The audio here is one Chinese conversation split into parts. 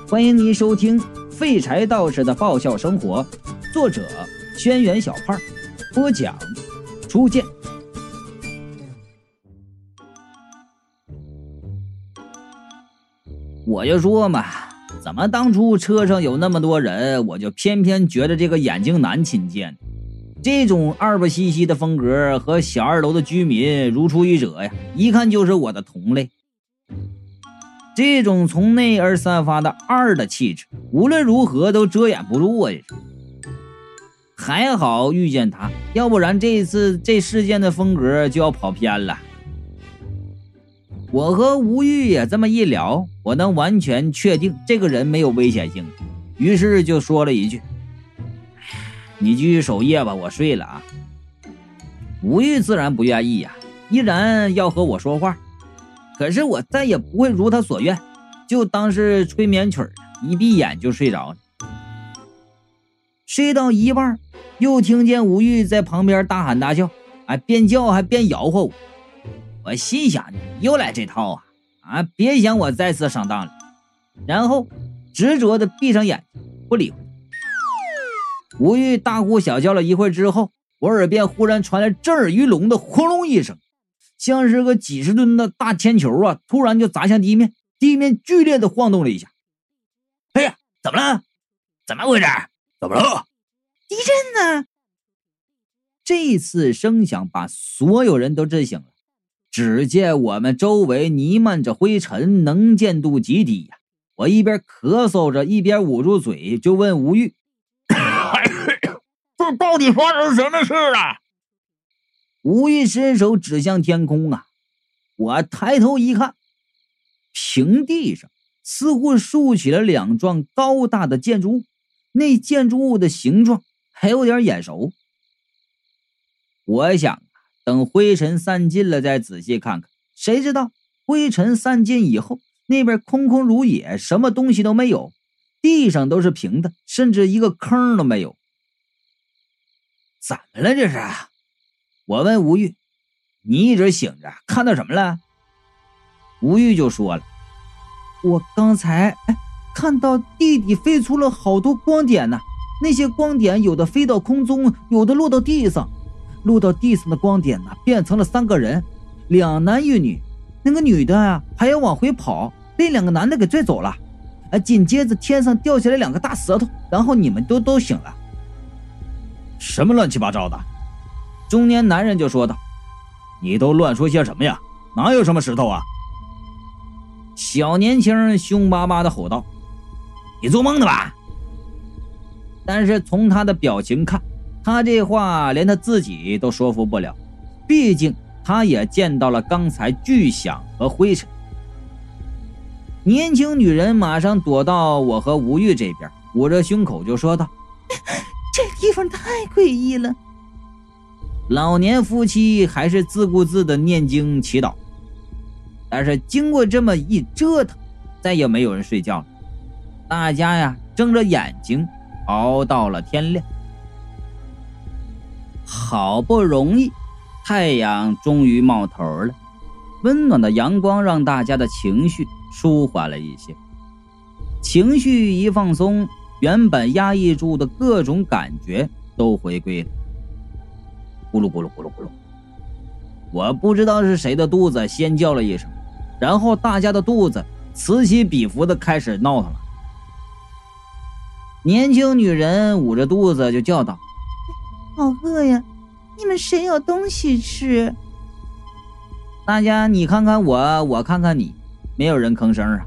欢迎您收听《废柴道士的爆笑生活》，作者轩辕小胖，播讲初见。我就说嘛，怎么当初车上有那么多人，我就偏偏觉得这个眼镜男亲切呢？这种二不兮兮的风格和小二楼的居民如出一辙呀，一看就是我的同类。这种从内而散发的二的气质，无论如何都遮掩不住啊！还好遇见他，要不然这次这事件的风格就要跑偏了。我和吴玉也这么一聊，我能完全确定这个人没有危险性，于是就说了一句：“你继续守夜吧，我睡了啊。”吴玉自然不愿意呀，依然要和我说话。可是我再也不会如他所愿，就当是催眠曲，一闭眼就睡着了。睡到一半，又听见吴玉在旁边大喊大叫，边叫还边摇晃我。我心想，你又来这套啊！别想我再次上当了。然后执着的闭上眼睛，不理会。吴玉大呼小叫了一会儿之后，我耳边忽然传来震耳欲聋的轰隆一声，像是个几十吨的大铅球啊，突然就砸向地面，地面剧烈的晃动了一下。哎呀，怎么了？怎么回事？怎么了？ 地震呢？ 这次声响把所有人都震醒了。只见我们周围弥漫着灰尘，能见度极低呀。我一边咳嗽着，一边捂住嘴，就问吴玉：“ 这到底发生什么事了？” 吴玉伸手指向天空啊，我抬头一看，平地上似乎竖起了两幢高大的建筑物，那建筑物的形状还有点眼熟。我想等灰尘散尽了再仔细看看，谁知道灰尘散尽以后，那边空空如也，什么东西都没有，地上都是平的，甚至一个坑都没有。怎么了这是？我问吴玉：“你一直醒着，看到什么了？”吴玉就说了：“我刚才看到地底飞出了好多光点呢，那些光点有的飞到空中，有的落到地上。落到地上的光点呢，变成了3个人，2男1女。那个女的还要往回跑，被2个男的给拽走了。紧接着天上掉下来2个大石头，然后你们都醒了。” 什么乱七八糟的？ 中年男人就说道：“ 你都乱说些什么呀？哪有什么石头啊？” 小年轻凶巴巴的吼道：“ 你做梦的吧？” 但是从他的表情看，他这话连他自己都说服不了，毕竟他也见到了刚才巨响和灰尘。年轻女人马上躲到我和吴玉这边，捂着胸口就说道：“ 这地方太诡异了。” 老年夫妻还是自顾自的念经祈祷，但是经过这么一折腾，再也没有人睡觉了。大家睁着眼睛熬到了天亮。好不容易太阳终于冒头了，温暖的阳光让大家的情绪舒缓了一些。情绪一放松，原本压抑住的各种感觉都回归了。咕噜咕噜咕噜咕噜，我不知道是谁的肚子先叫了一声，然后大家的肚子此起彼伏的开始闹腾了。年轻女人捂着肚子就叫道：“ 好饿呀，你们谁有东西吃？” 大家你看看我，我看看你，没有人吭声啊。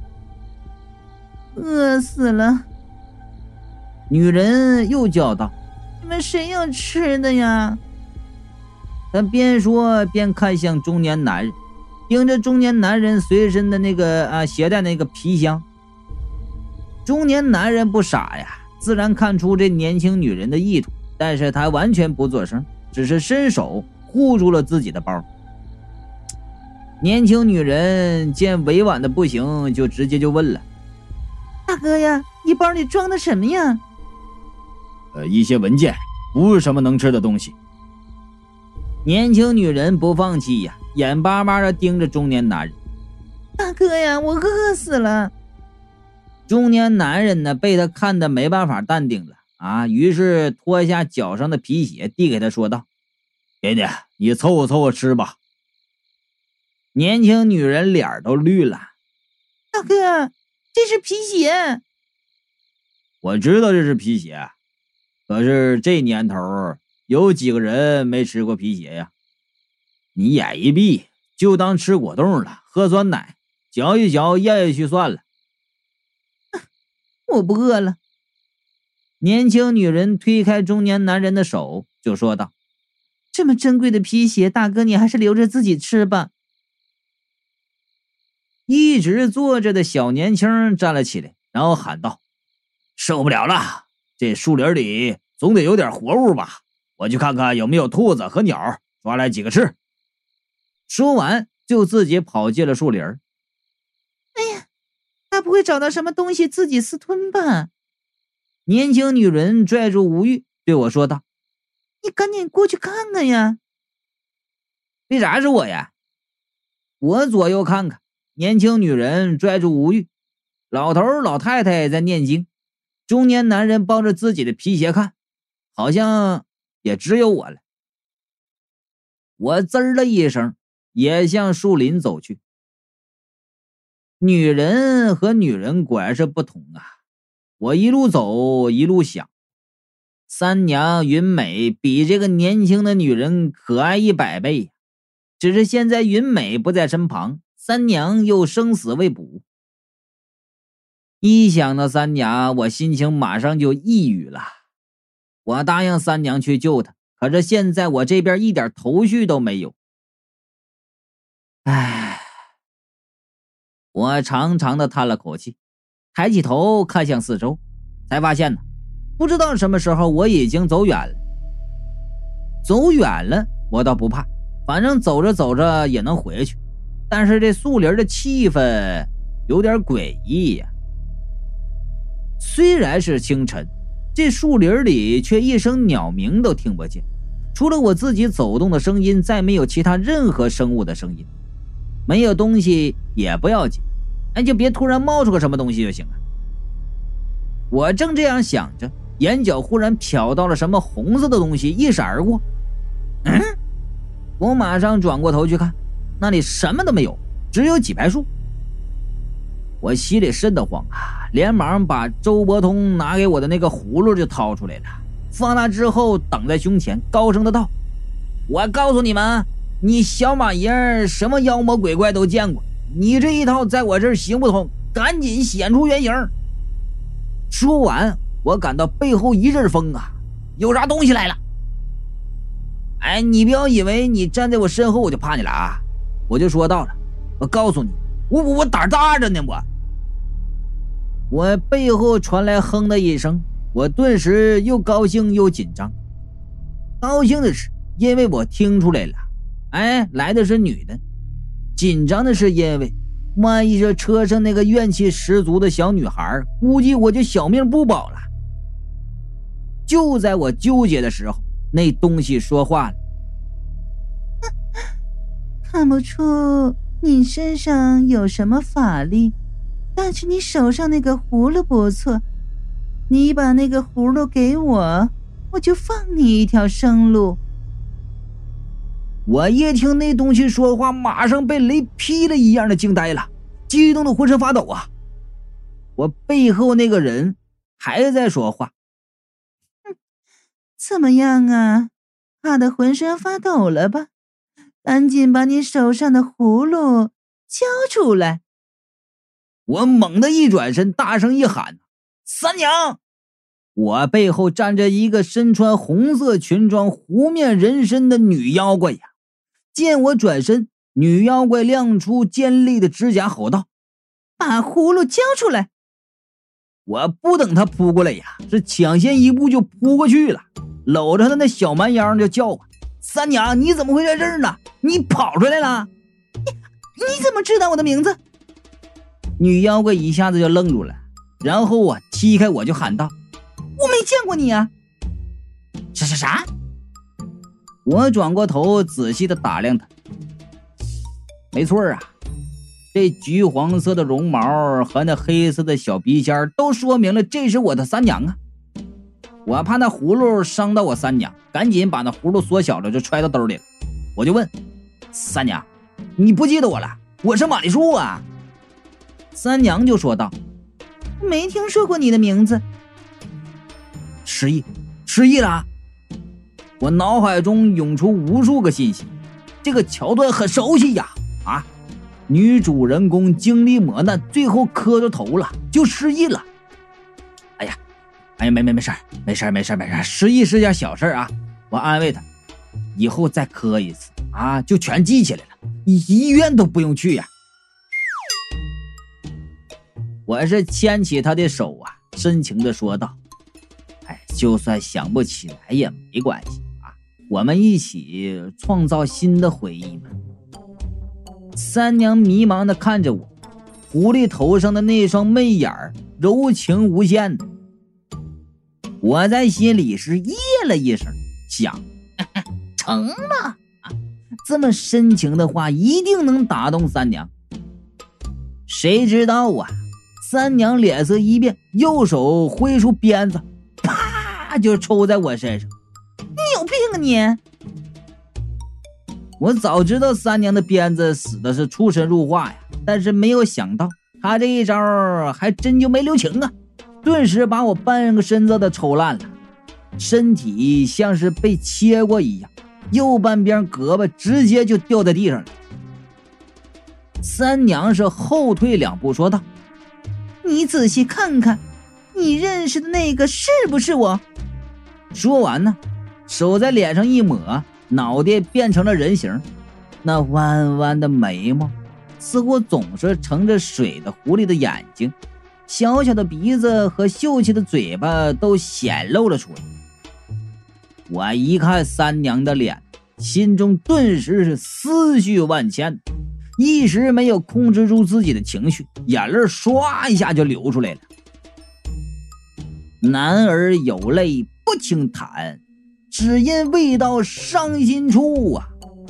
饿死了。 女人又叫道：“ 你们谁有吃的呀？” 他边说边看向中年男人，盯着中年男人随身的那个携带那个皮箱。中年男人不傻呀，自然看出这年轻女人的意图，但是他完全不作声，只是伸手护住了自己的包。年轻女人见委婉的不行，就直接就问了：“ 大哥呀，你包里装的什么呀？” 一些文件，不是什么能吃的东西。 年轻女人不放弃呀，眼巴巴地盯着中年男人。 大哥呀，我饿死了。 中年男人呢，被他看得没办法淡定了啊，于是脱下脚上的皮鞋递给他说道： 给你，你凑合凑合吃吧。 年轻女人脸都绿了。 大哥，这是皮鞋。 我知道这是皮鞋，可是这年头有几个人没吃过皮鞋呀？你眼一闭就当吃果冻了，喝酸奶，嚼一嚼咽下去算了。 我不饿了。 年轻女人推开中年男人的手，就说道： 这么珍贵的皮鞋，大哥你还是留着自己吃吧。 一直坐着的小年轻站了起来，然后喊道： 受不了了，这树林里总得有点活物吧，我去看看有没有兔子和鸟，抓来几个吃。 说完就自己跑进了树林。 哎呀，他不会找到什么东西自己私吞吧？ 年轻女人拽住吴玉对我说道： 你赶紧过去看看呀。 为啥是我呀？我左右看看，年轻女人拽住吴玉，老头老太太在念经，中年男人抱着自己的皮鞋看，好像也只有我了。我滋儿了一声，也向树林走去。女人和女人果然是不同啊！我一路走一路想，三娘云美比这个年轻的女人可爱100倍呀，只是现在云美不在身旁，三娘又生死未卜。一想到三娘，我心情马上就抑郁了。我答应三娘去救她，可是现在我这边一点头绪都没有。唉，我长长的叹了口气，抬起头看向四周，才发现呢，不知道什么时候我已经走远了。走远了我倒不怕，反正走着走着也能回去，但是这树林的气氛有点诡异呀。虽然是清晨，这树林里却一声鸟鸣都听不见，除了我自己走动的声音，再没有其他任何生物的声音。没有东西也不要紧，就别突然冒出个什么东西就行了。我正这样想着，眼角忽然瞟到了什么红色的东西一闪而过。我马上转过头去看，那里什么都没有，只有几排树。我心里瘆得慌啊，连忙把周伯通拿给我的那个葫芦就掏出来了，放大之后挡在胸前，高声的道：我告诉你们，你小马爷什么妖魔鬼怪都见过，你这一套在我这儿行不通，赶紧显出原形。说完，我感到背后一阵风啊，有啥东西来了。你不要以为你站在我身后我就怕你了啊！我就说到了，我告诉你，我胆大着呢。我背后传来哼的一声，我顿时又高兴又紧张。高兴的是因为我听出来了，来的是女的。紧张的是因为万一这车上那个怨气十足的小女孩，估计我就小命不保了。就在我纠结的时候，那东西说话了： 看不出你身上有什么法力，但是你手上那个葫芦不错，你把那个葫芦给我，我就放你一条生路。 我一听那东西说话，马上被雷劈了一样的惊呆了，激动的浑身发抖啊！我背后那个人还在说话： 怎么样啊，怕得浑身发抖了吧？赶紧把你手上的葫芦交出来。 我猛地一转身，大声一喊：三娘！我背后站着一个身穿红色裙装狐面人身的女妖怪呀！见我转身，女妖怪亮出尖利的指甲，吼道： 把葫芦交出来！ 我不等她扑过来呀，是抢先一步就扑过去了，搂着她的那小蛮腰就叫啊：三娘，你怎么会在这儿呢？你跑出来了？ 你怎么知道我的名字？ 女妖怪一下子就愣住了，然后踢开我就喊道： 我没见过你啊！ 啥？我转过头仔细的打量他。没错啊， 这橘黄色的绒毛和那黑色的小鼻尖都说明了这是我的三娘啊。我怕那葫芦伤到我三娘，赶紧把那葫芦缩小了就揣到兜里了。我就问三娘，你不记得我了？我是玛丽树啊。三娘就说道， 没听说过你的名字。 失忆了。我脑海中涌出无数个信息，这个桥段很熟悉呀。女主人公经历磨难，最后磕着头了，就失忆了。没事，失忆是件小事啊。我安慰她，以后再磕一次就全记起来了，医院都不用去呀。我是牵起她的手深情地说道，就算想不起来也没关系我们一起创造新的回忆嘛。三娘迷茫地看着我，狐狸头上的那双媚眼柔情无限的。我在心里是耶了一声，想成了这么深情的话一定能打动三娘。谁知道三娘脸色一变，右手挥出鞭子，啪就抽在我身上。 你有病啊你！ 我早知道三娘的鞭子死的是出神入化呀，但是没有想到她这一招还真就没留情啊，顿时把我半个身子都抽烂了，身体像是被切过一样，右半边胳膊直接就掉在地上了。三娘是后退2步说道， 你仔细看看，你认识的那个是不是我？ 说完呢，手在脸上一抹，脑袋变成了人形，那弯弯的眉毛，似乎总是盛着水的狐狸的眼睛，小小的鼻子和秀气的嘴巴都显露了出来。我一看三娘的脸，心中顿时是思绪万千，一时没有控制住自己的情绪，眼泪唰一下就流出来了。男儿有泪不轻弹，只因未到伤心处啊。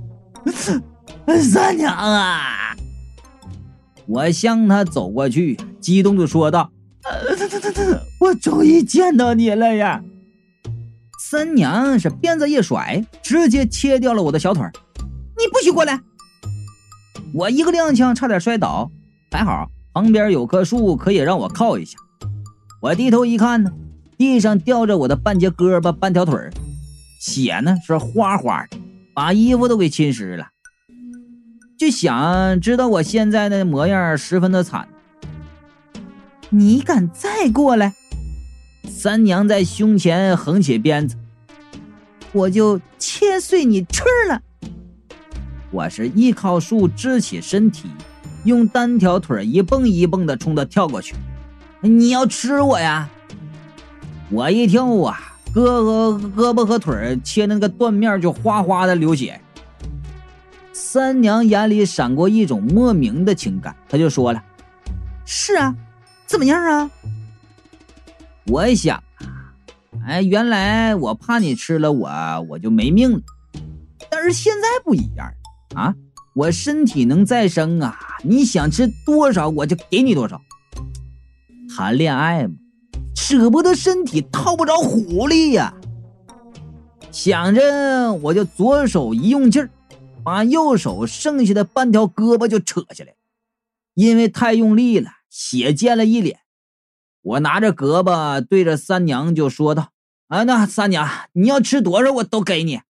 三娘啊！我向他走过去，激动地说道，我终于见到你了呀。三娘是鞭子一甩，直接切掉了我的小腿。你不许过来！我一个踉跄差点摔倒，还好旁边有棵树可以让我靠一下。我低头一看呢，地上吊着我的半截胳膊半条腿，血呢是哗哗的，把衣服都给浸湿了。就想知道我现在的模样十分的惨。 你敢再过来？ 三娘在胸前横起鞭子， 我就切碎你吃了。 我是依靠树支起身体，用单条腿一蹦一蹦的冲他跳过去。你要吃我呀！我一跳胳膊和腿切那个断面就哗哗的流血。三娘眼里闪过一种莫名的情感，她就说了， 是啊，怎么样啊？ 我想原来我怕你吃了我就没命了，但是现在不一样我身体能再生你想吃多少我就给你多少。谈恋爱嘛，舍不得身体套不着狐狸呀。想着我就左手一用劲儿，把右手剩下的半条胳膊就扯下来，因为太用力了，血溅了一脸。我拿着胳膊对着三娘就说道，那三娘你要吃多少我都给你。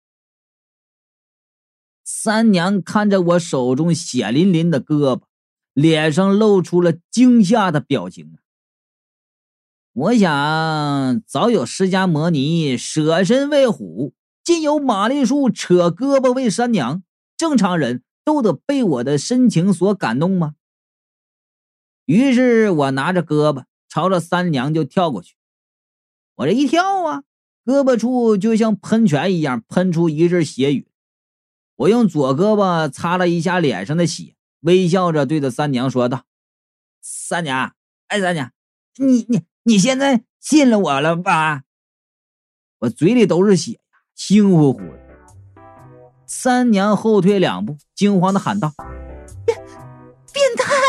三娘看着我手中血淋淋的胳膊，脸上露出了惊吓的表情。我想早有释迦摩尼舍身为虎，今有玛丽树扯胳膊为三娘，正常人都得被我的深情所感动吗？于是我拿着胳膊朝着三娘就跳过去。我这一跳胳膊处就像喷泉一样喷出一阵血雨。我用左胳膊擦了一下脸上的血，微笑着对着三娘说道，三娘，三娘，你现在信了我了吧？我嘴里都是血，腥乎乎的。三娘后退2步，惊慌地喊道， 变态！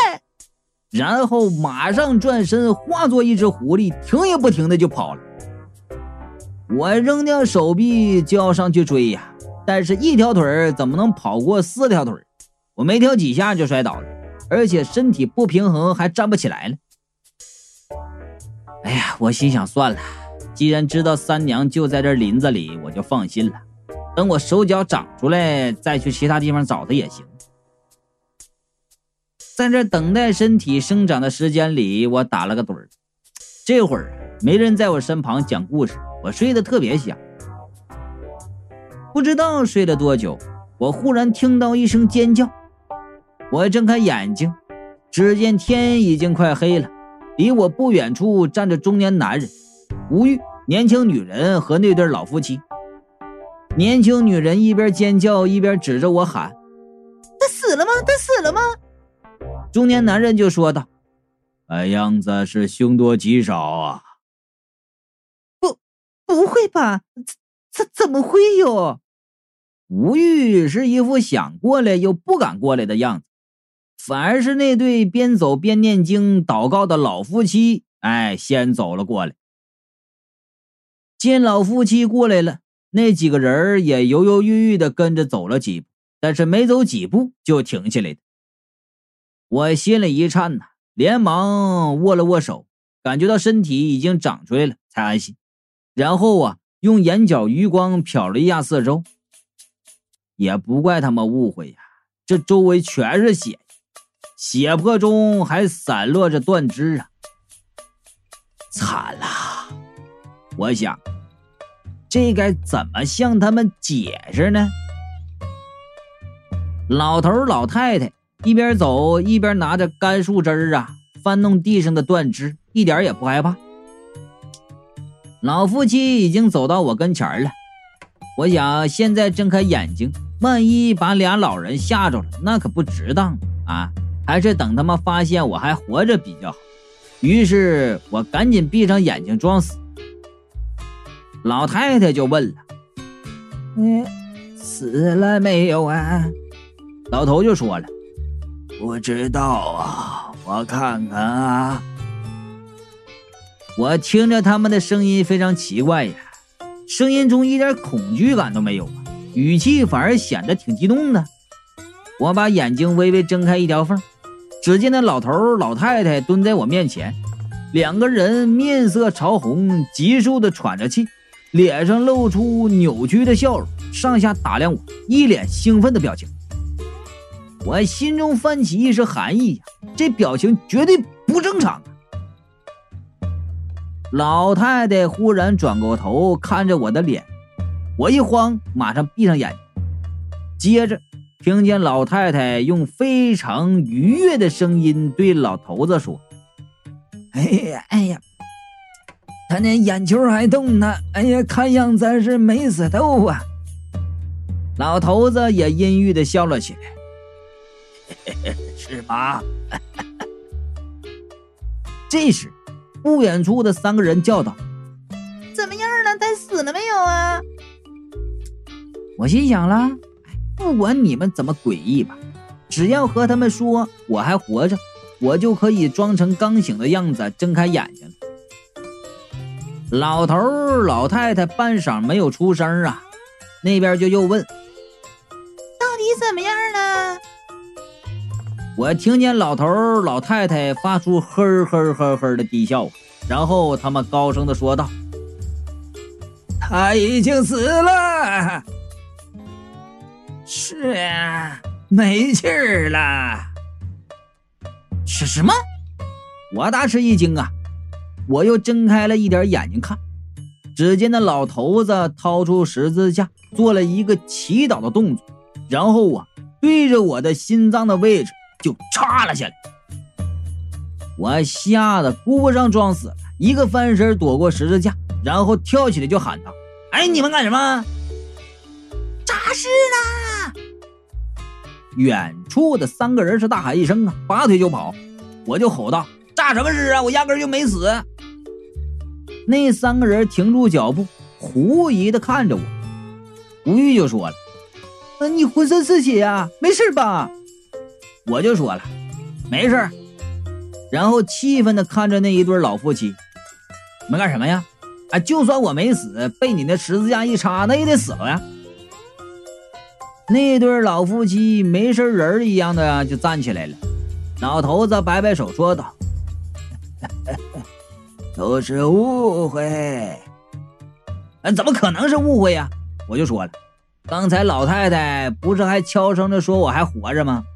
然后马上转身化作一只狐狸，停也不停的就跑了。我扔掉手臂就要上去追呀，但是一条腿怎么能跑过4条腿？我没跳几下就摔倒了，而且身体不平衡，还站不起来了。哎呀，我心想算了，既然知道三娘就在这林子里，我就放心了。等我手脚长出来，再去其他地方找她也行。在这等待身体生长的时间里，我打了个盹儿。这会儿没人在我身旁讲故事，我睡得特别香。不知道睡了多久，我忽然听到一声尖叫。我睁开眼睛，只见天已经快黑了，离我不远处站着中年男人、吴玉、年轻女人和那对老夫妻。年轻女人一边尖叫一边指着我喊：“ 他死了吗？他死了吗？” 中年男人就说道：“看样子是凶多吉少啊。” 不会吧？怎么会有？ 吴玉是一副想过来又不敢过来的样子，反而是那对边走边念经祷告的老夫妻，先走了过来。见老夫妻过来了，那几个人也犹犹豫豫的跟着走了几步，但是没走几步就停下来的。我心里一颤呐，连忙握了握手，感觉到身体已经长出来了才安心。然后用眼角余光瞟了一下四周，也不怪他们误会呀，这周围全是血，血泊中还散落着断肢啊，惨了！我想，这该怎么向他们解释呢？老头老太太一边走一边拿着干树枝翻弄地上的断肢，一点也不害怕。老夫妻已经走到我跟前了，我想现在睁开眼睛，万一把俩老人吓着了，那可不值当啊！还是等他们发现我还活着比较好。于是我赶紧闭上眼睛装死。老太太就问了：“死了没有啊？”老头就说了：“不知道啊，我看看啊。”我听着他们的声音非常奇怪呀，声音中一点恐惧感都没有语气反而显得挺激动的。我把眼睛微微睁开一条缝，只见那老头老太太蹲在我面前，两个人面色潮红，急速的喘着气，脸上露出扭曲的笑容，上下打量我，一脸兴奋的表情。我心中泛起一丝寒意这表情绝对不正常老太太忽然转过头看着我的脸，我一慌，马上闭上眼睛。接着听见老太太用非常愉悦的声音对老头子说：“哎呀，他那眼球还动呢，看样子是没死透啊。”老头子也阴郁的笑了起来，是吧？这时不远处的3个人叫道：“ 怎么样了？他死了没有啊？” 我心想了，不管你们怎么诡异吧，只要和他们说我还活着，我就可以装成刚醒的样子睁开眼睛了。老头老太太半晌没有出声那边就又问：“ 到底怎么样了？” 我听见老头老太太发出呵呵呵呵的低笑，然后他们高声的说道：“他已经死了。”是啊，没气儿了。是什么？我大吃一惊我又睁开了一点眼睛看，只见那老头子掏出十字架，做了一个祈祷的动作，然后对着我的心脏的位置就插了下来。我吓得顾不上装死了，一个翻身躲过十字架，然后跳起来就喊道：“你们干什么？ 诈尸啦！” 远处的3个人是大喊一声拔腿就跑。我就吼道：“诈什么尸我压根就没死！”那3个人停住脚步，狐疑的看着我。吴玉就说了：“ 你浑身是血没事吧？” 我就说了：“没事。” 然后气愤地看着那一对老夫妻：“你们干什么呀？就算我没死，被你那十字架一插，那也得死了呀！”那对老夫妻没事人一样的就站起来了，老头子摆摆手说道：“都是误会。”怎么可能是误会呀？我就说了，刚才老太太不是还悄声的说我还活着吗？